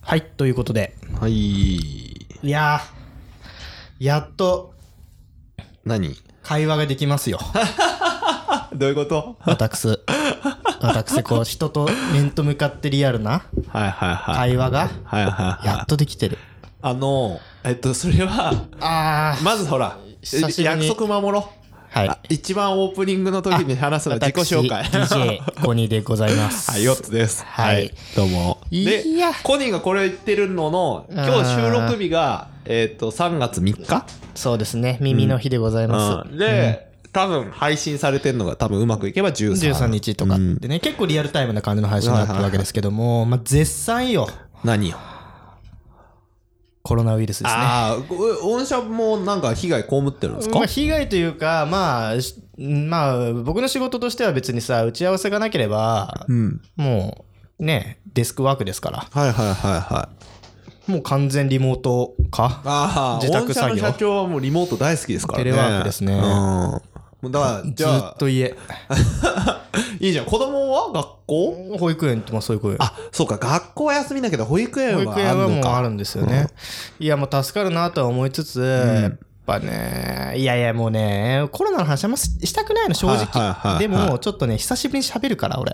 はい、ということで。 はい。 いやー、やっと何会話ができますよ。 どういうこと？ 私、こう、人と面と向かってリアルなはいはいはい。 会話がはいはいはい。 やっとできてる。 それは、まずほら、 久しぶりに約束守ろう。 はい。 一番オープニングの時に話すのは自己紹介。 DJ コニーでございます。 はい、4つです。 はい。 どうも。で、 いやコニーがこれ言ってるのの、今日収録日が、3月3日？ そうですね。耳の日でございます。 で、多分配信されてるのが多分うまくいけば13 日とかってね、結構リアルタイムな感じの配信になってるわけですけども、まあ絶賛よ。 何よ。 コロナウイルスですね。 ああ、御社もなんか被害被ってるんですか？ まあ、被害というか、まあ、僕の仕事としては別にさ、打ち合わせがなければ、もう、ね、デスクワークですから。 はいはいはいはい。 もう完全リモート化。 ああ、 自宅作業。 御社の社長はもうリモート大好きですからね。 テレワークですね。 だから、じゃあ。 ずっと家。 いいじゃん。子供は学校？ 保育園って、まあそういう子。 あ、そうか。学校は休みだけど、保育園はあるのか。 保育園はもうあるんですよね。いや、もう助かるなとは思いつつ、やっぱね、いやもうね、コロナの話あんましたくないの、正直。でも、ちょっとね、久しぶりに喋るから、俺。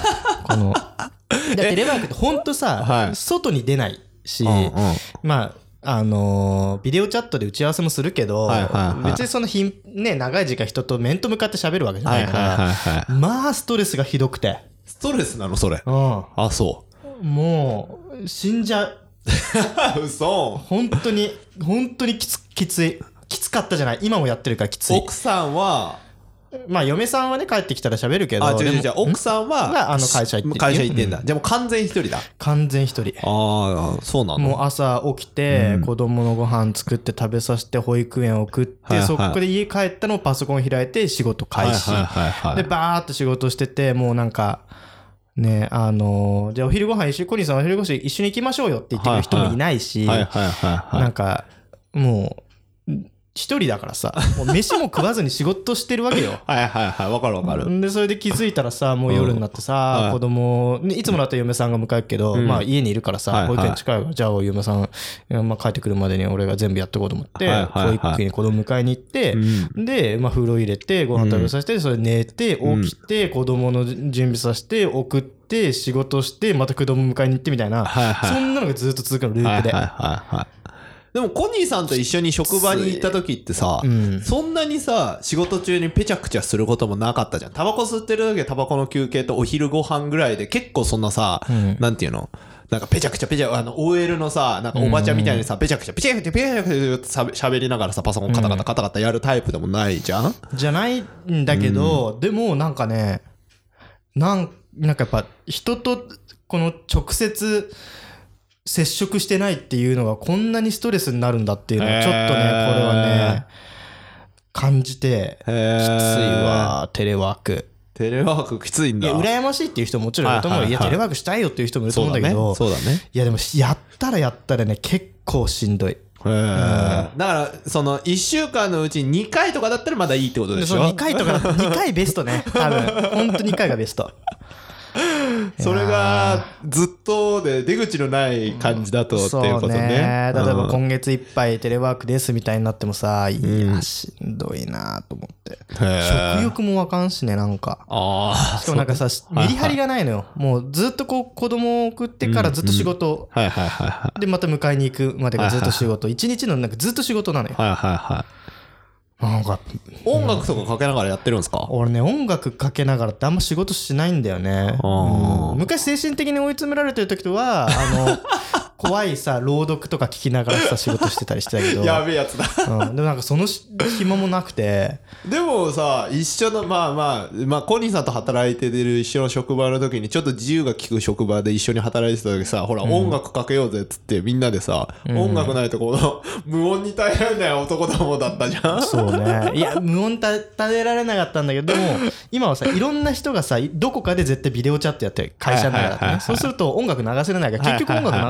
テレワークってほんとさ、外に出ないし、まあ、ビデオチャットで打ち合わせもするけど、別にそのね、長い時間人と面と向かって喋るわけじゃないから、まあ、ストレスがひどくて。 ストレスなのそれ。あ、そう。 もう、死んじゃう。 嘘。 本当にきつかったじゃない。今もやってるからきつい。 奥さんは、 まあ、嫁さんはね、帰ってきたら喋るけど。 奥さんは、 会社行ってる。 会社行ってんだ。じゃあもう完全一人だ。 完全一人。 ああ、そうなの。 もう朝起きて、子供のご飯作って食べさせて、保育園送って、そこで家帰ったのをパソコン開いて仕事開始。で、バーっと仕事してて、もうなんか、ね、じゃあお昼ご飯コニーさんお昼ご飯一緒に行きましょうよって言ってくる人もいないし、なんか、もう、一人だからさ、もう飯も食わずに仕事してるわけよ。 わかるわかる。 で、それで気づいたらさ、もう夜になってさ、子供、いつもだったら嫁さんが迎えるけど、まあ家にいるからさ、保育園近いから、じゃあ嫁さん、まあ帰ってくるまでに俺が全部やってこうと思って、保育園に子供迎えに行って、で、まあ風呂入れて、ご飯食べさせて、それ寝て、起きて、子供の準備させて、送って、仕事して、また子供迎えに行ってみたいな、そんなのがずっと続くの、ループで。 でもコニーさんと一緒に職場に行った時ってさ、そんなにさ、仕事中にペチャクチャすることもなかったじゃん。タバコ吸ってる時はタバコの休憩とお昼ご飯ぐらいで結構そんなさ、なんていうのなんかペチャクチャ、OL のさ、なんかおばちゃんみたいにさ、ペチャクチャ喋りながらさ、パソコンカタカタやるタイプでもないじゃん？ じゃないんだけど、でもなんかね、なんかやっぱ人とこの直接、接触してないっていうのがこんなにストレスになるんだっていうのをちょっとね、これはね、感じて、きついわ、テレワーク。 テレワークきついんだ。 いや、羨ましいっていう人ももちろんいると思う。いや、テレワークしたいよっていう人もいると思うんだけど、 そうだね。 いや、でも、やったらね、結構しんどい。 だから、その、1週間のうち2回とかだったらまだいいってことでしょ？ 2回とか、2回ベストね。多分、ほんと2回がベスト。 それがずっとで出口のない感じだとっていうことね。 例えば今月いっぱいテレワークですみたいになってもさ、いやしんどいなと思って。食欲もわかんしね、なんか。しかもなんかさ、メリハリがないのよ。もうずっとこう子供を送ってからずっと仕事。でまた迎えに行くまでがずっと仕事。一日のなんかずっと仕事なのよ。なんか音楽とかかけながらやってるんですか？ 俺ね、音楽かけながらってあんま仕事しないんだよね。昔精神的に追い詰められてる時とは怖いさ朗読とか聞きながらさ仕事してたりしてたけどやべえやつだ、 でもなんかその暇もなくて。 でもさ、一緒のまあコニーさんと働いてる一緒の職場の時にちょっと自由が利く職場で一緒に働いてた時さ、ほら、音楽かけようぜっつってみんなでさ、音楽ないとこの無音に耐えられない男どもだったじゃん。 そうね。いや無音耐えられなかったんだけど、でも今はさ、いろんな人がさどこかで絶対ビデオチャットやってる会社の中だってね。そうすると音楽流せれないから結局音楽流さないのよ。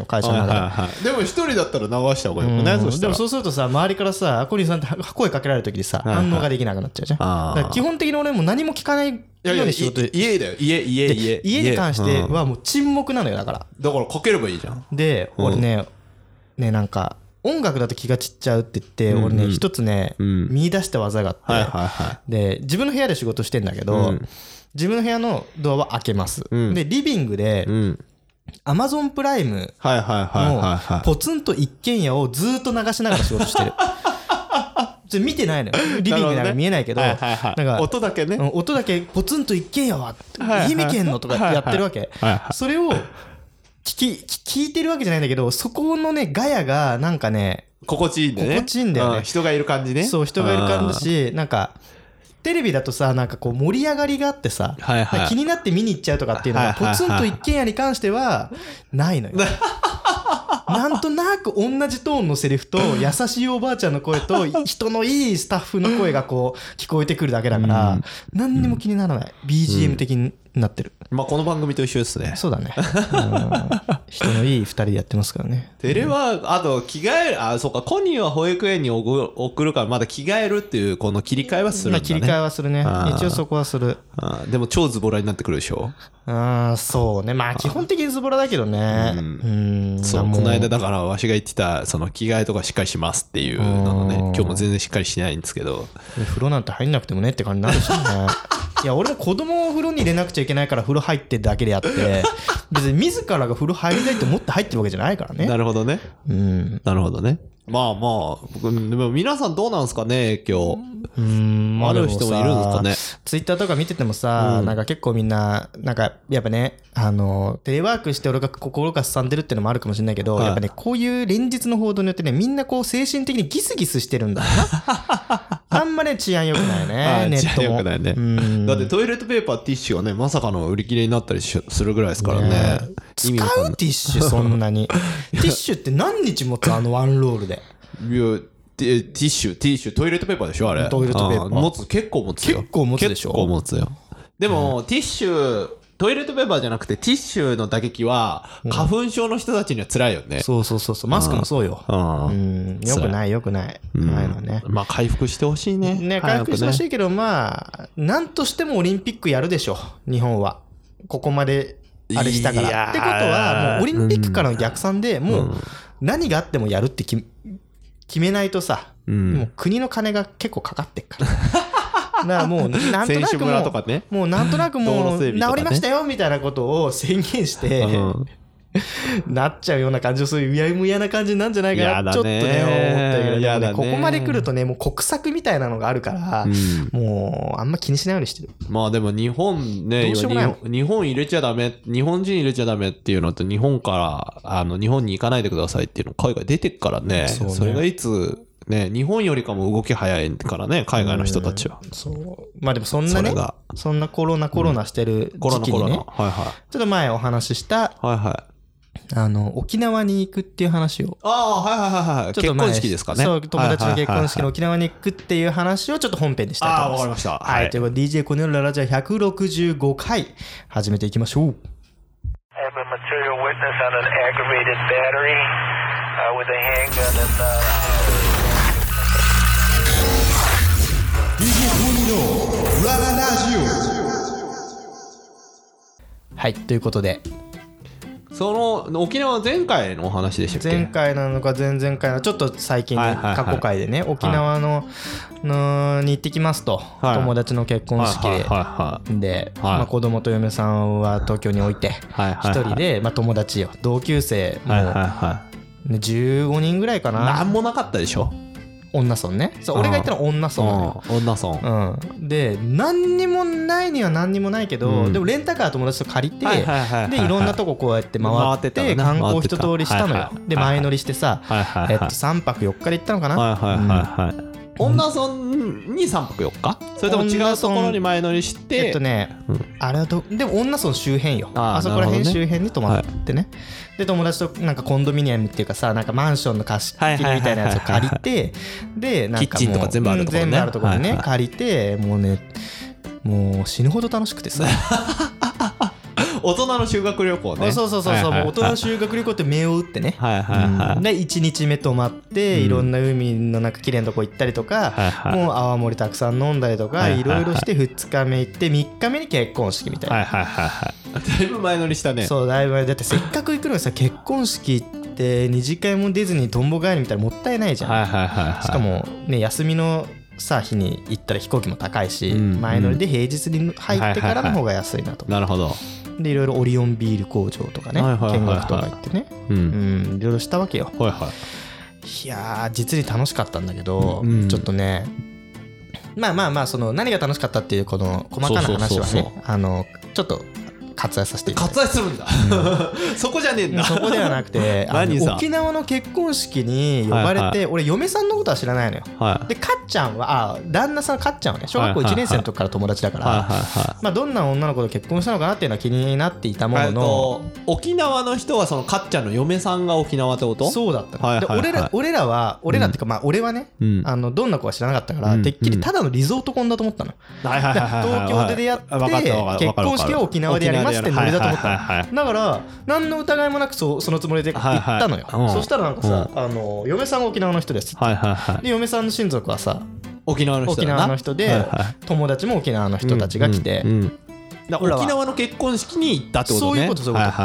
会社の中で、 はいはいはい、でも一人だったら流した方がいいもんね、そしたら。 でもそうするとさ、周りからさ、コニーさんって声かけられる時にさ、反応ができなくなっちゃうじゃん。だから基本的に俺も何も聞かないように仕事。 家だよ、家に関してはもう沈黙なのよ、だから。 だからかければいいじゃん。 で、俺ね、なんか、音楽だと気が散っちゃうって言って、俺ね、一つね、見出した技があって、で、自分の部屋で仕事してんだけど、自分の部屋のドアは開けます。で、リビングで、Amazon プライムのポツンと一軒家をずっと流しながら仕事してる。見てないのよ。リビングなんか見えないけど、なんか音だけね。 音だけポツンと一軒家は、愛媛県のとかやってるわけ。それを、聞いてるわけじゃないんだけど、そこのね、ガヤが、なんかね、 心地いいんだよね。 心地いいんだよね。 人がいる感じね。 そう、人がいる感じだし、なんか、テレビだとさ、なんかこう盛り上がりがあってさ、気になって見に行っちゃうとかっていうのが、ポツンと一軒家に関しては、ないのよ。なんとなく同じトーンのセリフと、優しいおばあちゃんの声と、人のいいスタッフの声がこう、聞こえてくるだけだから、何にも気にならない。BGM 的になってる。 まあこの番組と一緒ですね。 そうだね。人のいい二人でやってますからね。 テレは、あと着替える、そうか、コニーは保育園に送るからまだ着替えるっていうこの切り替えはするんだね。 切り替えはするね。一応そこはする。 でも超ズボラになってくるでしょ。 そうね。まあ基本的にズボラだけどね。 そう、この間だからわしが言ってた、その着替えとかしっかりしますっていうのね、今日も全然しっかりしないんですけど。 風呂なんて入んなくてもねって感じになるしね。いや、俺も子供を風呂に入れなくちゃいけないから風呂入ってるだけであって、別に自らが風呂入りたいと思って入ってるわけじゃないからね。 なるほどね。なるほどね。まあまあ、でも皆さんどうなんですかね、今日。ある人もいるんですかね。 ツイッターとか見ててもさ、なんか結構みんな、なんかやっぱね、テレワークして俺が心がすさんでるっていうのもあるかもしれないけど、やっぱね、こういう連日の報道によってね、みんなこう精神的にギスギスしてるんだよな。あんまね、治安良くないね、ネットも。治安良くないね。だってトイレットペーパー、ティッシュがね、まさかの売り切れになったりするぐらいですからね。 使うティッシュそんなに。ティッシュって何日持つワンロールで。 いや、ティッシュ、トイレットペーパーでしょあれ。 トイレットペーパー。 結構持つよ。 結構持つでしょ。 結構持つよ。でも、ティッシュ、トイレットペーパーじゃなくてティッシュの打撃は、花粉症の人たちには辛いよね。 そう。マスクもそうよ。よくない。ないのね。 まあ、回復してほしいね。 ね、回復してほしいけど、まあ、なんとしてもオリンピックやるでしょ。日本は。ここまで、あれしたから。ってことは、もうオリンピックからの逆算でもう、何があってもやるって決めないとさ、もう国の金が結構かかってっから。だからもうなんとなくもうなんとなくもう治りましたよみたいなことを宣言してなっちゃうような感じをそういううやむやな感じなんじゃないかなちょっとね思ったけど、ここまで来るとねもう国策みたいなのがあるから、もうあんま気にしないようにしてる。 まあでも日本ね、日本入れちゃダメ、日本人入れちゃダメっていうのと日本から日本に行かないでくださいっていうの海外出てっからね。それがいつね、日本よりかも動き早いからね、海外の人たちは。 そう。まあでもそんなね、そんなコロナしてる時期にね、ちょっと前お話しした、沖縄に行くっていう話を。 結婚式ですかね。 そう、友達の結婚式の沖縄に行くっていう話をちょっと本編でしたいと思います。 わかりました。 はい。ということで DJ コネルララジャ165回始めていきましょう。はい、ということでその沖縄前回のお話でしたっけ。 前回なのか前々回なのかちょっと最近過去回でね、沖縄のに行ってきますと、友達の結婚式で子供と嫁さんは東京に置いて一人で友達よ同級生も15人ぐらいかな。 なんもなかったでしょ女村ね。そう俺が言ったのは女村。 女村。 で何にもないには何にもないけど、でもレンタカー友達と借りて、でいろんなとここうやって回って観光一通りしたのよ。で前乗りしてさ、3泊4日で行ったのかな。 女村に3泊4日？それとも違うところに前乗りしてあれはでも女村周辺よ。あそこら辺周辺に泊まってね。で友達となんかコンドミニアムっていうかさ、なんかマンションの貸し切りみたいなやつを借りて、でなんかキッチンとか全部あるところね、 全部あるところにね借りて、もう死ぬほど楽しくてさ。 大人の修学旅行ね。 そうそうそうそう、大人の修学旅行って目を打ってね。 はいはいはい。 で1日目泊まっていろんな海のなんか綺麗なとこ行ったりとか、もう泡盛たくさん飲んだりとかいろいろして2日目行って3日目に結婚式みたいな。 はいはいはいはい。だいぶ前乗りしたね。 そうだいぶ前だってせっかく行くのにさ結婚式って2次会も出ずにとんぼ帰りみたいなもったいないじゃん。 はいはいはいはい。 しかもね休みのさ日に行ったら飛行機も高いし、前乗りで平日に入ってからの方が安いなと。 なるほど。 でいろいろオリオンビール工場とかね、見学とか行ってね、いろいろしたわけよ。 はいはい。 いやー実に楽しかったんだけど、ちょっとねまあその何が楽しかったっていうこの細かな話はねちょっと割愛させていただいて。 割愛するんだ、そこじゃねえんだ。 そこではなくて沖縄の結婚式に呼ばれて、俺嫁さんのことは知らないのよ、でかっちゃんは旦那さんかっちゃんはね小学校1年生の時から友達だから、まあどんな女の子と結婚したのかなっていうのは気になっていたものの、 沖縄の人はそのかっちゃんの嫁さんが沖縄ってこと？ そうだったの、で俺らっていうかまあ俺はね、どんな子は知らなかったから、てっきりただのリゾート婚だと思ったの。東京で出会って結婚式は沖縄でやりますってノリだと思ったの。だから何の疑いもなくそのつもりで行ったのよ。そしたらなんかさ嫁さんが沖縄の人ですで嫁さんの親族はさ沖縄の人で友達も沖縄の人たちが来て、 沖縄の結婚式に行ったってことね。 そういうことそういうこと。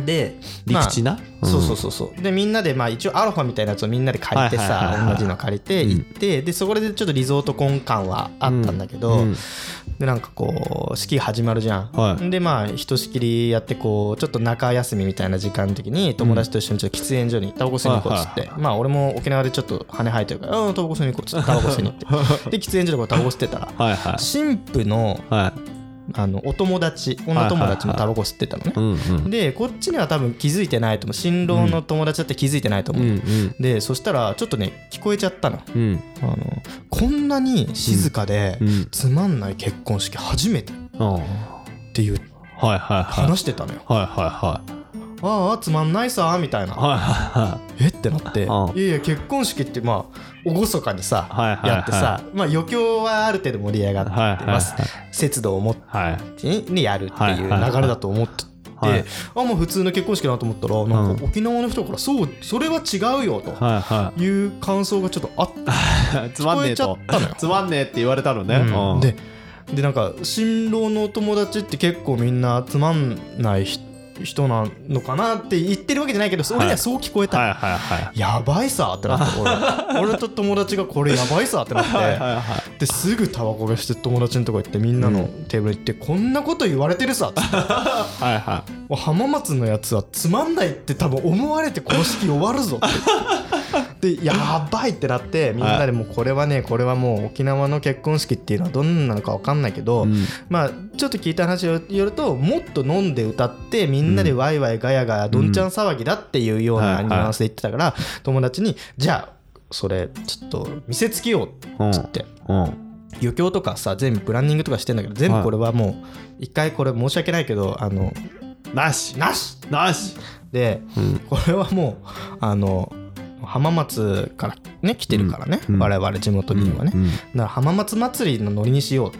で陸地な、 そうでみんなでまあ一応アロハみたいなやつをみんなで借りてさ同じの借りて行ってでそこでちょっとリゾート婚感はあったんだけど、でなんかこう式始まるじゃん、でまあひとしきりやってこうちょっと中休みみたいな時間的に友達と一緒にちょっと喫煙所にタバコ吸いに行こうっつって、まあ俺も沖縄でちょっと羽生えてるからタバコ吸いに行こうっつってタバコ吸いに行ってで喫煙所でこうタバコ吸ってたら新婦のお友達女友達もタバコ吸ってたのね、でこっちには多分気づいてないと思う、新郎の友達だって気づいてないと思う、でそしたらちょっとね聞こえちゃったの、こんなに静かでつまんない結婚式初めてっていう話してたのよ。ああつまんないさみたいな、ってなって、いや結婚式ってまあ厳かにさやってさ、まあ余興はある程度盛り上がってます、節度を持ってねやるっていう流れだと思ってて、もう普通の結婚式だなと思ったらなんか沖縄の人からそれは違うよという感想がちょっとあってつまんねえとつまんねえって言われたのね。 でなんか新郎の友達って結構みんなつまんない人なのかなって言ってるわけじゃないけど俺にはそう聞こえた、やばいさってなって俺と友達がこれやばいさってなってですぐタバコがして友達のとこ行ってみんなのテーブル行ってこんなこと言われてるさって浜松のやつはつまんないって多分思われてこの式終わるぞってでやばいってなってみんなでもうこれはもう沖縄の結婚式っていうのはどんなのか分かんないけど、まあちょっと聞いた話によるともっと飲んで歌ってみんなでワイワイガヤガヤどんちゃん騒ぎだっていうようなニュアンスで言ってたから友達にじゃあそれちょっと見せつけようっつって余興とかさ全部プランニングとかしてんだけど全部これはもう一回これ申し訳ないけどなしでこれはもう浜松からね来てるからね、我々地元民はね、だから浜松祭りのノリにしようって、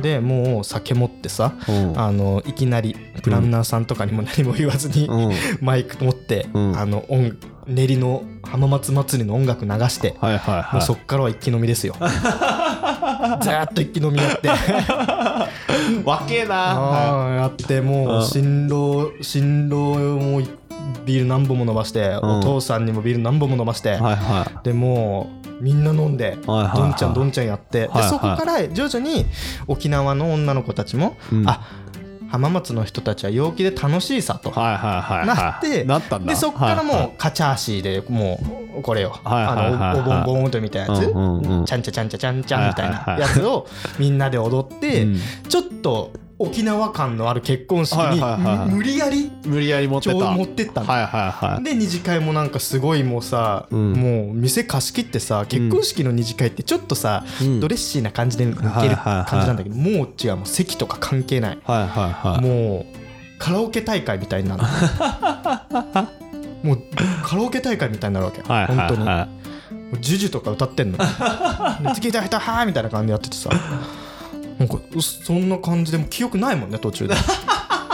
でもう酒持ってさ、いきなりプランナーさんとかにも何も言わずに、マイク持って、練りの浜松祭りの音楽流して、もうそっからは一気飲みですよ。ずーっと一気飲みやってわけなやってもう新郎もビール何本も飲まして、お父さんにもビール何本も飲まして、でもうみんな飲んでどんちゃんやって、でそこから徐々に沖縄の女の子たちも、浜松の人たちは陽気で楽しいさとなってでそこからもうカチャーシーでもうこれよおぼんぼんとみたいなやつちゃんちゃちゃんちゃちゃんちゃんみたいなやつをみんなで踊ってちょっと沖縄感のある結婚式に無理やり持ってったの。で二次会もなんかすごいもうさ、もう店貸し切ってさ結婚式の二次会ってちょっとさ、ドレッシーな感じで受ける感じなんだけど、もう違う、もう席とか関係ない、もうカラオケ大会みたいになるもうカラオケ大会みたいになるわけ、本当にジュジュとか歌ってんの次いた人はーみたいな感じでやっててさなんかそんな感じでも記憶ないもんね途中で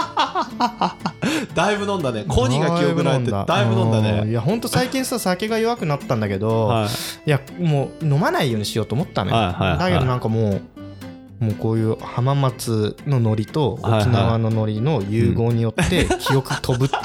だいぶ飲んだね。コニーが記憶ないってだいぶ飲んだね。 いやほんと最近さ酒が弱くなったんだけど、はい、いやもう飲まないようにしようと思ったのよ、はいはいはい、だけどなんかもうこういう浜松の海苔と沖縄の海苔の融合によって記憶飛ぶって、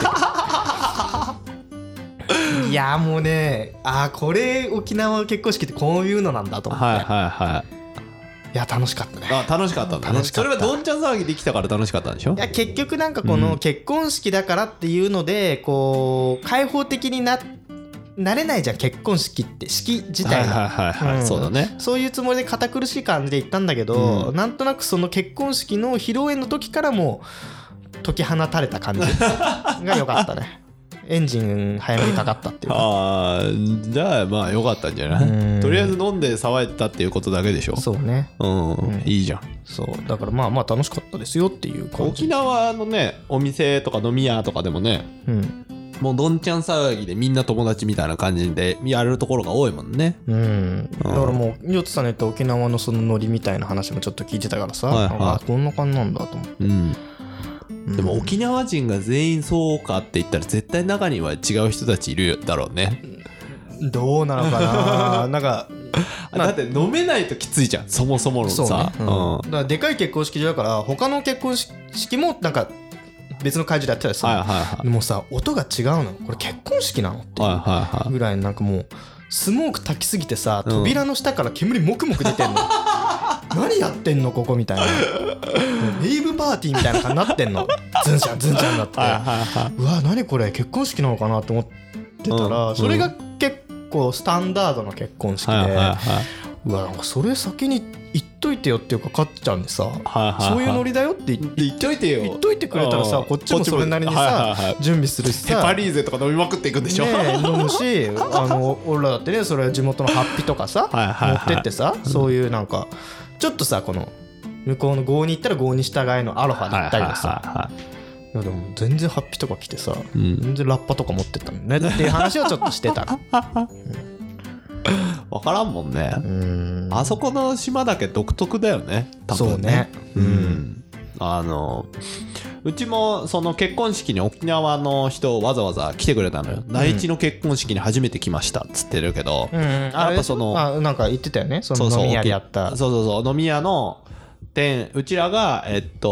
いやもうねこれ沖縄結婚式ってこういうのなんだと思って、はいはいはい、いや楽しかったね。 楽しかったんだね。それはどんちゃん騒ぎできたから楽しかったんでしょ。 いや結局なんかこの結婚式だからっていうのでこう開放的になれないじゃん結婚式って式自体が、はいはいはい、そうだね。そういうつもりで堅苦しい感じで行ったんだけど、なんとなくその結婚式の披露宴の時からも解き放たれた感じが良かったね。エンジン早めにかかったっていうか。 じゃあまあ良かったんじゃない。とりあえず飲んで騒いでたっていうことだけでしょ。 そうね、 いいじゃん。 そうだからまあ楽しかったですよっていう感じ。 沖縄のねお店とか飲み屋とかでもね、もうどんちゃん騒ぎでみんな友達みたいな感じでやるところが多いもんね。 だからもうヨッツさんの言った沖縄のそのノリみたいな話もちょっと聞いてたからさ、はいはい、こんな感じなんだと思って、 でも沖縄人が全員そうかって言ったら絶対中には違う人たちいるだろうね。 どうなのかな。なんかだって飲めないときついじゃんそもそものさ、 だからでかい結婚式場だから他の結婚式もなんか別の会場でやってたりする、でもさ音が違うのこれ結婚式なのっていうぐらいなんかもうスモーク焚きすぎてさ扉の下から煙もくもく出てんの何やってんのここみたいなレイブパーティーみたいな感じになってんのズンちゃんズンちゃんだってうわ何これ結婚式なのかなと思ってたら、それが結構スタンダードの結婚式で、うわなんかそれ先に言っといてよっていうかかっちゃんでさ、そういうノリだよって言っといてよ言っといてくれたらさこっちもそれなりにさ準備するしさヘパリーゼとか飲みまくっていくんでしょ、 飲むし俺らだってねそれは地元のハッピーとかさ持ってってさ、そういうなんかちょっとさこの向こうの郷に行ったら郷に従いのアロハで行ったりとかさ、いやでも全然ハッピーとか来てさ、全然ラッパとか持ってったのねっていう話をちょっとしてた分からんもんね。あそこの島だけ独特だよね多分ね。そうね。うちもその結婚式に沖縄の人わざわざ来てくれたのよ。内地の結婚式に初めて来ましたっつってるけど、やっぱそのなんか言ってたよねその飲み屋でやった。 そう飲み屋のうちらが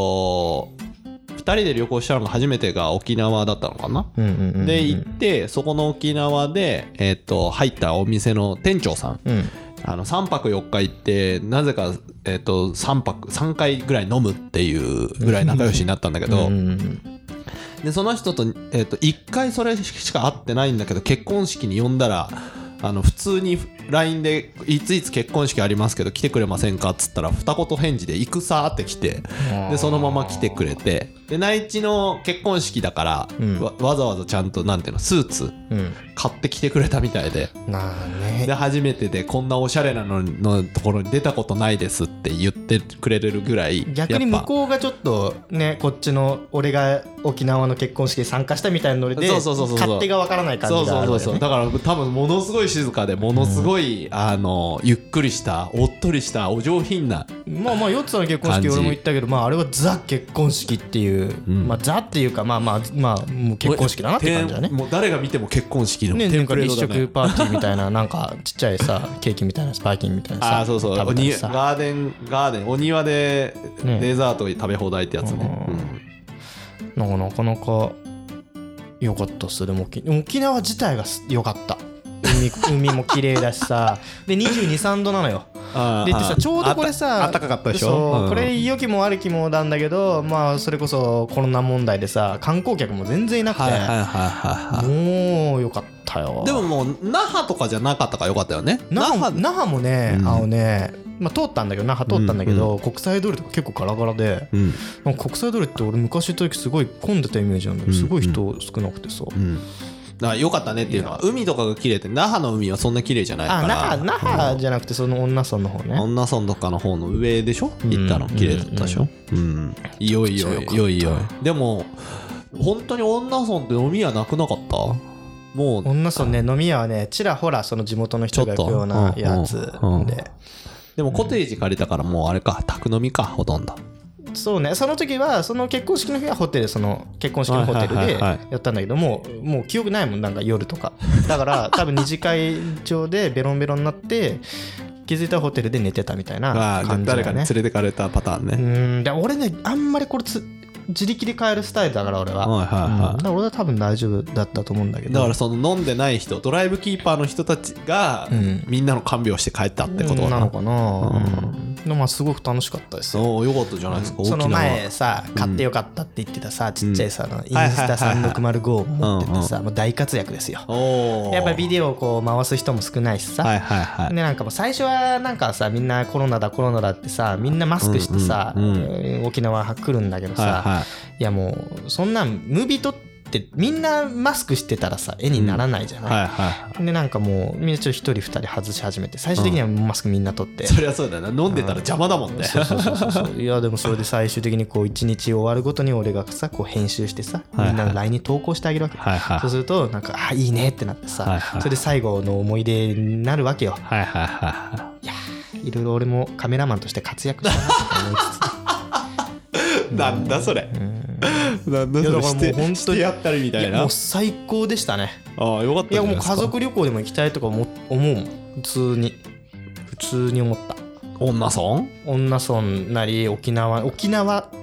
2人で旅行したのが初めてが沖縄だったのかな、で行ってそこの沖縄で、入ったお店の店長さん、3泊4日行ってなぜか、3回ぐらい飲むっていうぐらい仲良しになったんだけど、でその人と、1回それしか会ってないんだけど結婚式に呼んだら普通に LINE でいついつ結婚式ありますけど来てくれませんかっつったら二言返事で行くさーって来て、でそのまま来てくれて、で内地の結婚式だから、わざわざちゃんとなんていうのスーツ買ってきてくれたみたいで、で初めてでこんなおしゃれなのところに出たことないですって言ってくれるぐらい、 逆に向こうがちょっとねこっちの俺が沖縄の結婚式に参加したみたいなノリで勝手がわからない感じがあるよね。 そうだから多分ものすごい静かでものすごい、ゆっくりしたおっとりしたお上品なまあヨッツさんの結婚式俺も言ったけど、あれはザ結婚式っていう、ザっていうかまあもう結婚式だなって感じだね。 もう誰が見ても結婚式のテンプレートだね。 立食パーティーみたいななんかちっちゃいさケーキみたいなスパーキンみたいなさ、 そうガーデンお庭でデザート食べ放題ってやつね。 なかなか良かったっす。でも沖縄自体が良かった。海も綺麗だしさで22、3度なのよ。でさちょうどこれさ暖かかったでしょ。 これ良きも悪きもなんだけど、まあそれこそコロナ問題でさ観光客も全然いなくて、もう良かったよ。 でももう那覇とかじゃなかったから良かったよね。 那覇もね、通ったんだけど那覇通ったんだけど、国際通りとか結構ガラガラで、国際通りって俺昔行った時すごい混んでたイメージなんだけど、すごい人少なくてさ、 良かったねっていうのは海とかが綺麗って那覇の海はそんな綺麗じゃないから。 那覇じゃなくてその恩納村の方ね。 恩納村とかの方の上でしょ行ったの綺麗だったでしょ。いよいよでも本当に恩納村って飲み屋なくなかった？もう恩納村ね飲み屋はねちらほらその地元の人が行くようなやつで、 でもコテージ借りたからもうあれか宅飲みかほとんど。 そうね、その時はその結婚式の日はホテル、その結婚式のホテルでやったんだけども、もう記憶ないもん、なんか夜とかだから多分二次会場でベロンベロンになって気づいたらホテルで寝てたみたいな感じだね。 誰かに連れてかれたパターンね。 で俺ねあんまりこれ自力で帰るスタイルだから俺は、だから俺は多分大丈夫だったと思うんだけど、 だからその飲んでない人、ドライブキーパーの人たちが、みんなの看病して帰ったってことなのかな。でもまあすごく楽しかったですよ。 よかったじゃないですか。 その前さ買ってよかったって言ってたさ、ちっちゃいさインスタ3605を持っててさ、もう大活躍ですよ。やっぱりビデオをこう回す人も少ないしさ、でなんかもう最初はなんかさみんなコロナだってさみんなマスクしてさ、沖縄来るんだけどさ、いやもうそんなんムービー撮ってみんなマスクしてたらさ絵にならないじゃない、でなんかもうみんなちょっと1人2人外し始めて最終的にはマスクみんな取って、 そりゃそうだな、飲んでたら邪魔だもんね。 いやでもそれで最終的にこう1日終わるごとに俺がさこう編集してさみんなの LINE に投稿してあげるわけ、そうするとなんかいいねってなってさ、それで最後の思い出になるわけよ。いやいろいろ俺もカメラマンとして活躍したなって思いつつなんだそれ、なんだそれ、してやったりみたいな。 もう最高でしたね。 よかった。 いやもう家族旅行でも行きたいとか思うもん、普通に思った。 女村なり沖縄っていう、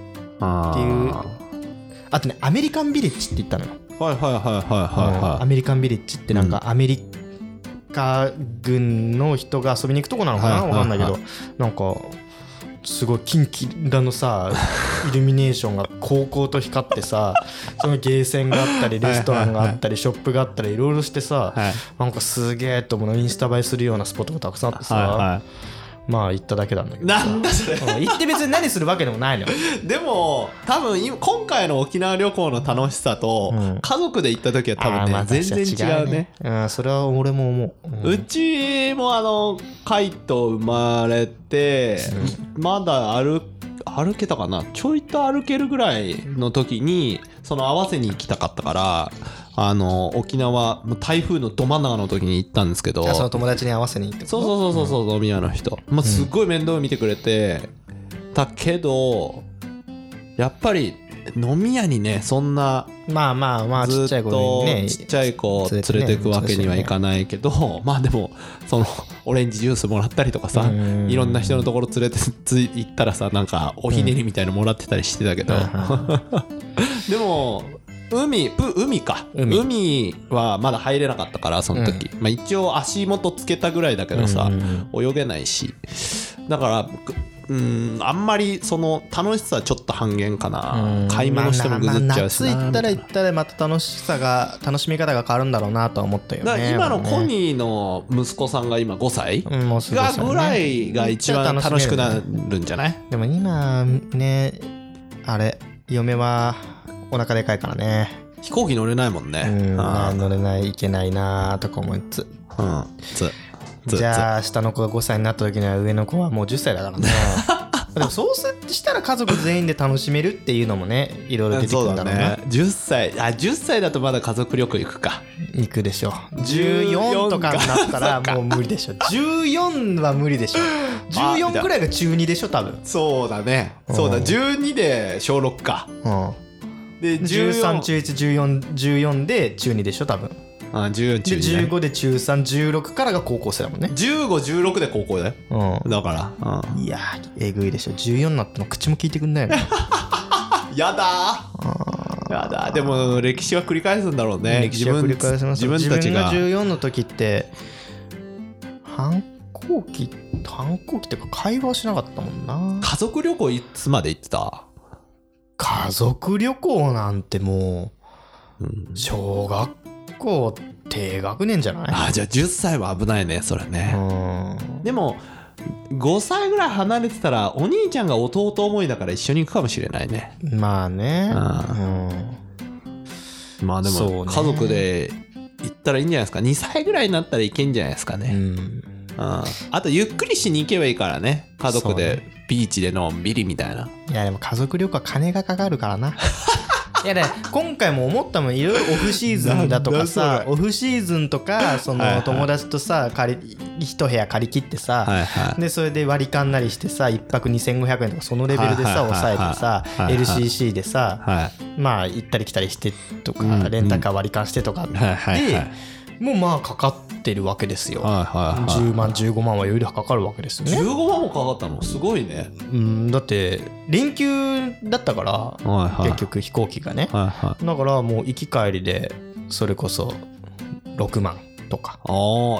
あとねアメリカンビレッジって言ったのよ。アメリカンビレッジってなんかアメリカ軍の人が遊びに行くとこなのかな、分かんないけど、なんかすごいキンキラのさイルミネーションがこうこうと光ってさそのゲーセンがあったりレストランがあったりショップがあったりいろいろしてさ、なんかすげえと思うのインスタ映えするようなスポットがたくさんあってさ、まあ行っただけなんだけど、 なんだそれ、 行って別に何するわけでもないのよ。 でも多分今回の沖縄旅行の楽しさと家族で行った時は多分ね、全然違うね。 それは俺も思う。 うちもカイト生まれて、まだ歩けたかな、ちょいと歩けるぐらいの時にその合わせに行きたかったから沖縄台風のど真ん中の時に行ったんですけど、 その友達に合わせに行って、 そう飲み屋の人、すっごい面倒見てくれてだけど、やっぱり飲み屋にねそんなずっとちっちゃい子連れていくわけにはいかないけど、まあでもそのオレンジジュースもらったりとかさ、いろんな人のところ連れて行ったらさ、なんかおひねりみたいのもらってたりしてたけど、でも海はまだ入れなかったからその時、一応足元つけたぐらいだけどさ、泳げないし、だからあんまりその楽しさはちょっと半減かな。買い物してもぐずっちゃうしな。 夏行ったらまた楽しみ方が変わるんだろうなとは思ったよね。 だから今のコニーの息子さんが今5歳がぐらいが一番楽しくなるんじゃない？ でも今ね、あれ嫁はお腹でかいからね、 飛行機乗れないもんね。 乗れない、いけないなとか思いつつ、じゃあ下の子が5歳になった時には上の子はもう10歳だからね。でもそうしたら家族全員で楽しめるっていうのもね、いろいろ出てくるんだろうな。 10歳だとまだ家族旅行行くか。 行くでしょ。14とかになったらもう無理でしょ。14は無理でしょ。14くらいが中2でしょ多分。 そうだね。そうだ、12で小6か。 で13中1 14で中2でしょ多分。 14中2、 ね、で15で中3、16からが高校生だもんね。 15、16で高校だよ。だから、 いやえぐいでしょ。14になっても口も聞いてくんないよね。 やだ。でも歴史は繰り返すんだろうね。 歴史は繰り返します。 自分たちが自分が14の時って反抗期ってか会話しなかったもんな。 家族旅行いつまで行ってた？ 家族旅行なんてもう小学校低学年じゃない？ じゃあ10歳は危ないねそれね。でも5歳ぐらい離れてたらお兄ちゃんが弟思いだから一緒に行くかもしれないね。 まあね。 まあでも家族で行ったらいいんじゃないですか。2歳ぐらいになったら行けんじゃないですかね。あとゆっくりしに行けばいいからね。家族でビーチでのんびりみたいな。 いやでも家族旅行は金がかかるからな。 いやね、今回も思ったもん、いろいろオフシーズンだとかさ、オフシーズンとかその友達とさ一部屋借り切ってさ、でそれで割り勘なりしてさ、1泊2500円とかそのレベルでさ抑えてさ、LCC でさ、まあ行ったり来たりしてとか、レンタカー割り勘してとかでもうまあかかってるわけですよ。10万15万は余裕でかかるわけですよね。 15万もかかったのすごいね。 だって連休だったから、結局飛行機がね、だからもう行き帰りでそれこそ6万とか。 でも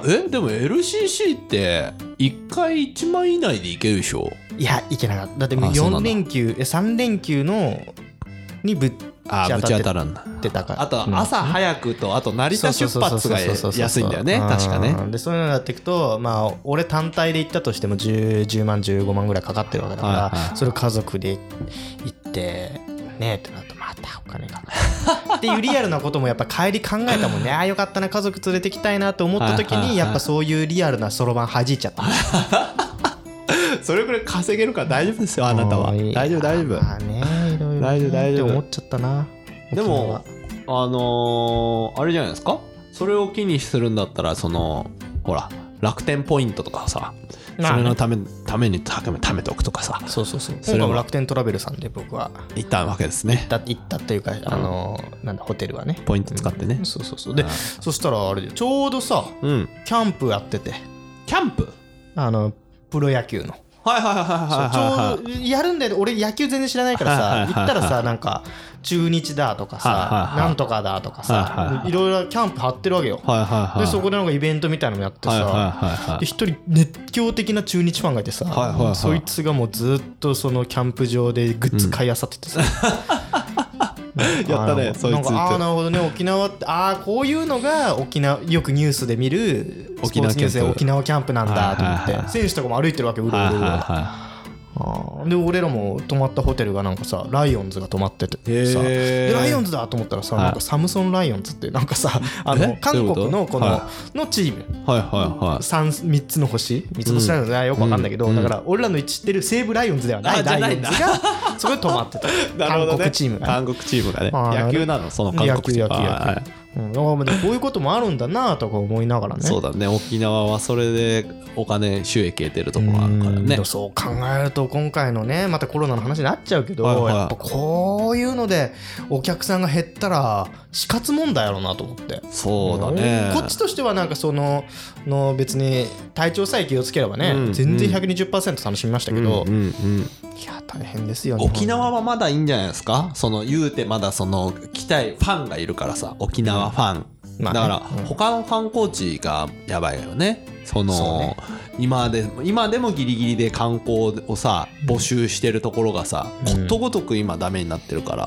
LCC って1回1万以内で行けるでしょ。 いや行けなかった。だって4連休3連休のにぶち当たってたから。 あと朝早くと、あと成田出発が安いんだよね、確かね。 でそういうのになっていくと、まあ俺単体で行ったとしても10万15万ぐらいかかってるわけだから、それを家族で行ってねってなるとまたお金がっていうリアルなこともやっぱ帰り考えたもんね。ああよかったな、家族連れてきたいなと思った時にやっぱそういうリアルなそろばん弾いちゃったそれぐらい稼げるから大丈夫ですよ、あなたは。大丈夫大丈夫。 まあね、いろいろ大丈夫って思っちゃったな。 でもあれじゃないですか、それを気にするんだったら、そのほら楽天ポイントとかさ、それのために貯めておくとかさ。 そう今回も楽天トラベルさんで僕は行ったわけですね。 行ったというか、なんだホテルはねポイント使ってね。 そうで、そしたらあれでちょうどさ、キャンプやってて。 キャンプ？ プロ野球の。ちょうどやるんだよ。俺野球全然知らないからさ、行ったらさ、なんか中日だとかさ、なんとかだとかさ、いろいろキャンプ張ってるわけよ。でそこでなんかイベントみたいなのやってさ、で一人熱狂的な中日ファンがいてさ、そいつがもうずっとそのキャンプ場でグッズ買い漁っててさ、 やったね、そいつ。 なるほどね、沖縄ってこういうのが沖縄、よくニュースで見るスポーツニュースで沖縄キャンプなんだと思って、選手とかも歩いてるわけ、うろうろで俺らも泊まったホテルがなんかさライオンズが泊まっててさ、でライオンズだと思ったらさ、なんかサムソンライオンズってなんかさ、韓国のこのチーム、3つの星、3つ星ライオンズはよくわかんないけど、だから俺らの知ってる西武ライオンズではないライオンズがそこで泊まってた。韓国チームが韓国チームがね、野球なの、その韓国チーム。 野球こういうこともあるんだなとか思いながらね。 そうだね、沖縄はそれでお金収益得てるところがあるからね。 そう考えると今回のね、またコロナの話になっちゃうけど、やっぱこういうのでお客さんが減ったら死活問題やろうなと思って。 そうだね、 こっちとしてはなんかその別に体調さえ気をつければね、全然 120% 楽しみましたけど、いや大変ですよね。 沖縄はまだいいんじゃないですか。その言うてまだその来たいファンがいるからさ、沖縄ファン、だから他の観光地がやばいよね。その今でもギリギリで観光をさ募集してるところがさ、ことごとく今ダメになってるから、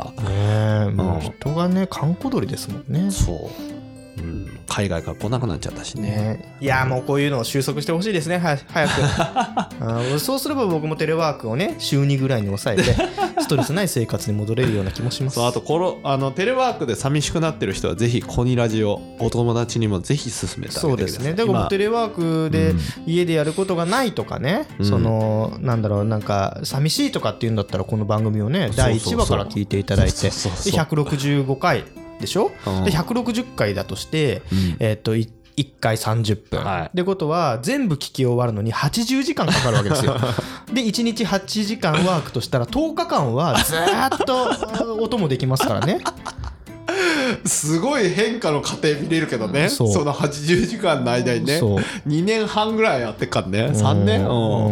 もう人がね観光鳥ですもんね。 そう、海外から来なくなっちゃったしね。 いやもうこういうのを収束してほしいですね、早くそうすれば僕もテレワークをね週2ぐらいに抑えてストレスない生活に戻れるような気もします。 そう、あとテレワークで寂しくなってる人はぜひコニラジをお友達にもぜひ勧めてあげてください。 そうですね。だからテレワークで家でやることがないとかね、そのなんだろう、なんか寂しいとかっていうんだったらこの番組をね第1話から聞いていただいて、で165回でしょ、で160回だとして、1回30分、ってことは全部聞き終わるのに80時間かかるわけですよで1日8時間ワークとしたら10日間はずっと音もできますからねすごい変化の過程見れるけどね。その80時間の間にね、2年半ぐらいやってっからね。3年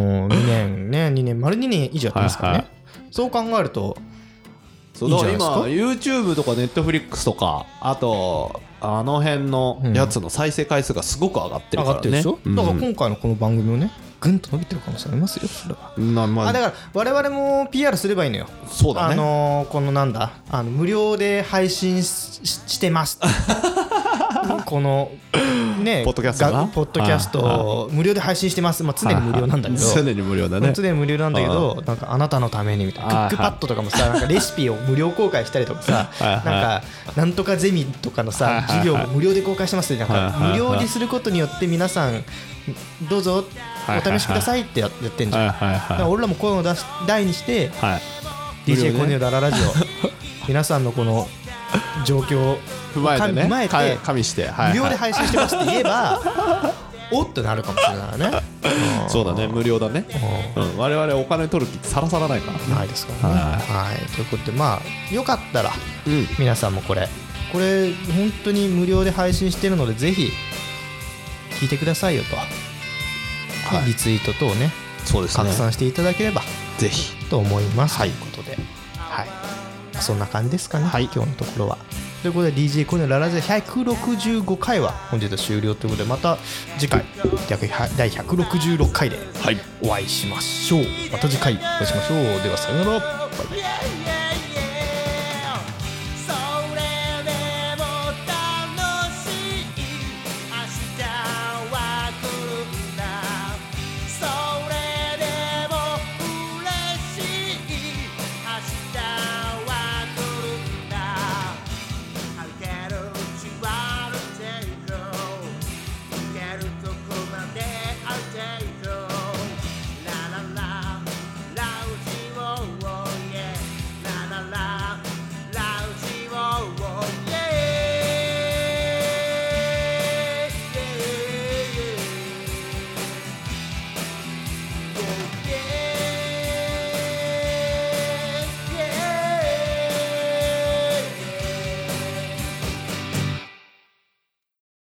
2年丸2年以上やってますからね、そう考えるとそうだから今 YouTube とか Netflix とかあとあの辺のやつの再生回数がすごく上がってるからね。 だから今回のこの番組をねぐんと伸びてる可能性ありますよ。それはだから我々も PR すればいいのよ。 そうだね。 このなんだ無料で配信してますこのねポッドキャストを無料で配信してます。常に無料なんだけど、 常に無料だね。 常に無料なんだけど、なんかあなたのためにみたいなクックパッドとかもさ、なんかレシピを無料公開したりとかさ、なんかなんとかゼミとかのさ授業も無料で公開してますって、なんか無料にすることによって皆さんどうぞお試しくださいってやってんじゃん。だから俺らも声を大にして DJ コニオダララジオ皆さんのこの状況を踏まえてね、 踏まえて加味して、 無料で配信してますって言えばおっとなるかもしれないね。 そうだね、無料だね。我々お金取る気さらさらないからね。 ないですからね。はい、ということでまあよかったら皆さんもこれ本当に無料で配信してるのでぜひ聞いてくださいよと、リツイート等ね、 そうですね、 拡散していただければぜひと思います、ということで、はい、そんな感じですかね、今日のところは。ということで DJ コネララジオ165回は本日終了ということで、また次回第166回でお会いしましょう。また次回お会いしましょう。ではさよなら。バイバイ。